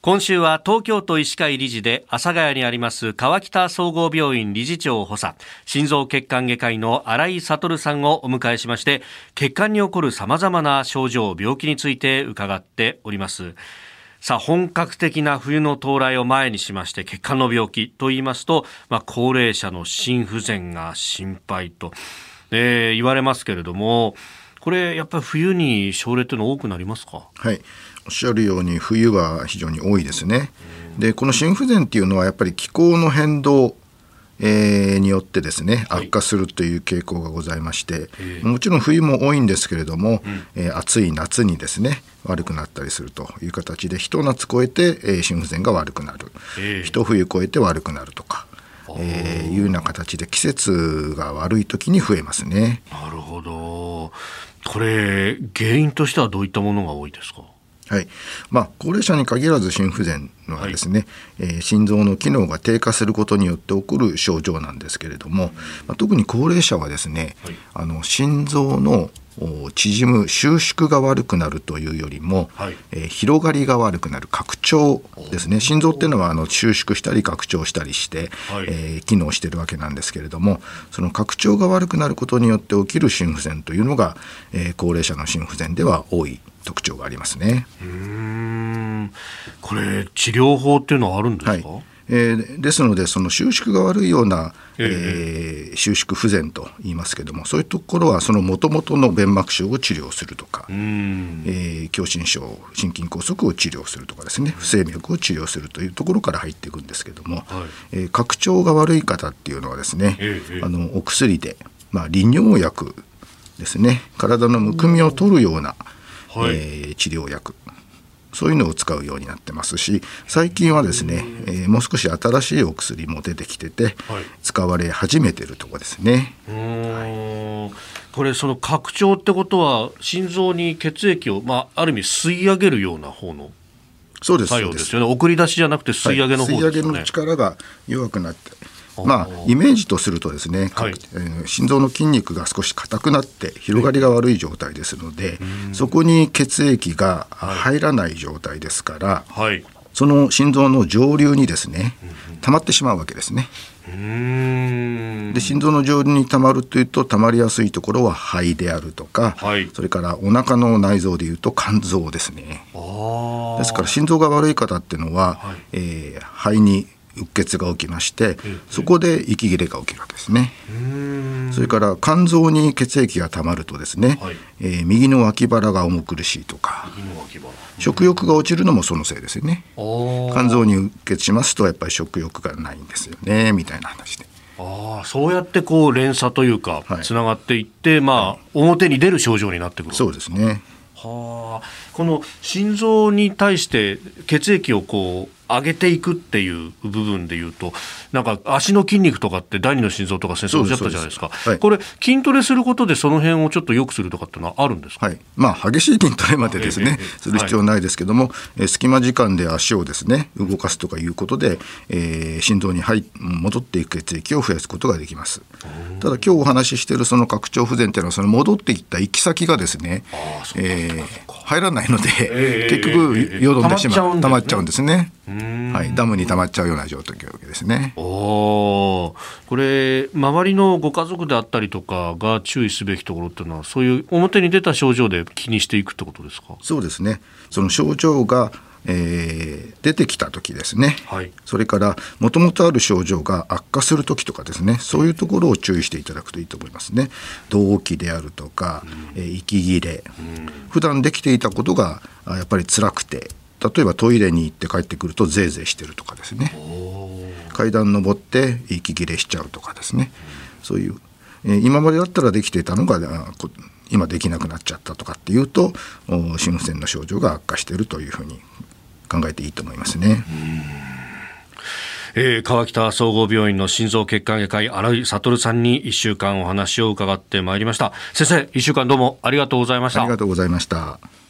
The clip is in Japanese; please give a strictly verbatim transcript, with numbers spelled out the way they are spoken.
今週は東京都医師会理事で阿佐ヶ谷にあります川北総合病院理事長補佐、心臓血管外科医の新井悟さんをお迎えしまして、血管に起こる様々な症状、病気について伺っております。さあ、本格的な冬の到来を前にしまして、血管の病気と言いますと、まあ、高齢者の心不全が心配と、えー、言われますけれども、これやっぱり冬に症例というのは多くなりますか？ はい、おっしゃるように冬は非常に多いですね。でこの心不全っていうのはやっぱり気候の変動、えー、によってですね悪化するという傾向がございまして、はい、もちろん冬も多いんですけれども、うんえー、暑い夏にですね悪くなったりするという形で、一夏超えて、えー、心不全が悪くなる、えー、一冬超えて悪くなるとか、えー、いうような形で季節が悪い時に増えますね。 なるほど。これ原因としてはどういったものが多いですか？ はいまあ、高齢者に限らず心不全はですね、はいえー、心臓の機能が低下することによって起こる症状なんですけれども、まあ、特に高齢者はですね、はい、あの心臓の縮む収縮が悪くなるというよりも、はいえー、広がりが悪くなる拡張ですね。心臓っていうのはあの収縮したり拡張したりして、はいえー、機能しているわけなんですけれども、その拡張が悪くなることによって起きる心不全というのが、えー、高齢者の心不全では多い特徴がありますね。 うーんこれ治療法っていうのはあるんですか？ はいえー、ですのでその収縮が悪いような、えーえー、収縮不全と言いますけども、そういうところはその元々の弁膜症を治療するとか、うんえー、狭心症心筋梗塞を治療するとかですね、不整脈を治療するというところから入っていくんですけども、はいえー、拡張が悪い方っていうのはですね、えー、あのお薬で、まあ、利尿薬ですね、体のむくみを取るような、はいえー、治療薬、そういうのを使うようになってますし、最近はですね、えー、もう少し新しいお薬も出てきてて、はい、使われ始めているところですね。 うーん、はい、これその拡張ってことは心臓に血液を、まあ、ある意味吸い上げるような方の作用ですよね。送り出しじゃなくて吸い上げの方ですよね。 はい、吸い上げの力が弱くなって、まあ、イメージとするとですね、はいえー、心臓の筋肉が少し硬くなって広がりが悪い状態ですので、はい、そこに血液が入らない状態ですから、はい、その心臓の上流にですね溜まってしまうわけですね。うーんで心臓の上流に溜まるというと、溜まりやすいところは肺であるとか、はい、それからお腹の内臓でいうと肝臓ですね。あですから心臓が悪い方っていうのは、はいえー、肺にうっ血が起きまして、そこで息切れが起きるわけですね。それから肝臓に血液がたまるとですね、はいえー、右の脇腹が重苦しいとか、食欲が落ちるのもそのせいですよね。肝臓にうっ血しますとやっぱり食欲がないんですよね、みたいな話で。 あそうやってこう連鎖というかつながっていって、はいまあ、表に出る症状になってくる。 そうですね。 はあ、この心臓に対して血液をこう上げていくっていう部分でいうと、なんか足の筋肉とかって第二の心臓とか先生おっしゃったじゃないですか。はい、これ筋トレすることでその辺をちょっと良くするとかってのはあるんですか？ はいまあ、激しい筋トレまでですね、えー、する必要ないですけども、はい、隙間時間で足をですね動かすとかいうことで、えー、心臓に入戻っていく血液を増やすことができます。ただ今日お話ししているその拡張不全というのは、その戻っていった行き先がですね、えー、入らないので、えー、結局よどんでしまう、溜まっちゃうんですね。はい、ダムに溜まっちゃうような状態ですね。 おこれ周りのご家族であったりとかが注意すべきところっていうのは、そういう表に出た症状で気にしていくってことですか？ そうですね。その症状が、えー、出てきた時ですね、はい、それからもともとある症状が悪化する時とかですね、そういうところを注意していただくといいと思いますね。動悸であるとか、うんえー、息切れ、うん、普段できていたことがやっぱり辛くて、例えばトイレに行って帰ってくるとゼーゼーしてるとかですね、階段登って息切れしちゃうとかですね、うん、そういう、えー、今までだったらできていたのが今できなくなっちゃったとかっていうと、心不全の症状が悪化しているというふうに考えていいと思いますね。 うん、えー、川北総合病院の心臓血管外科医新井悟さんにいっしゅうかんお話を伺ってまいりました。先生、いっしゅうかんどうもありがとうございました。 ありがとうございました。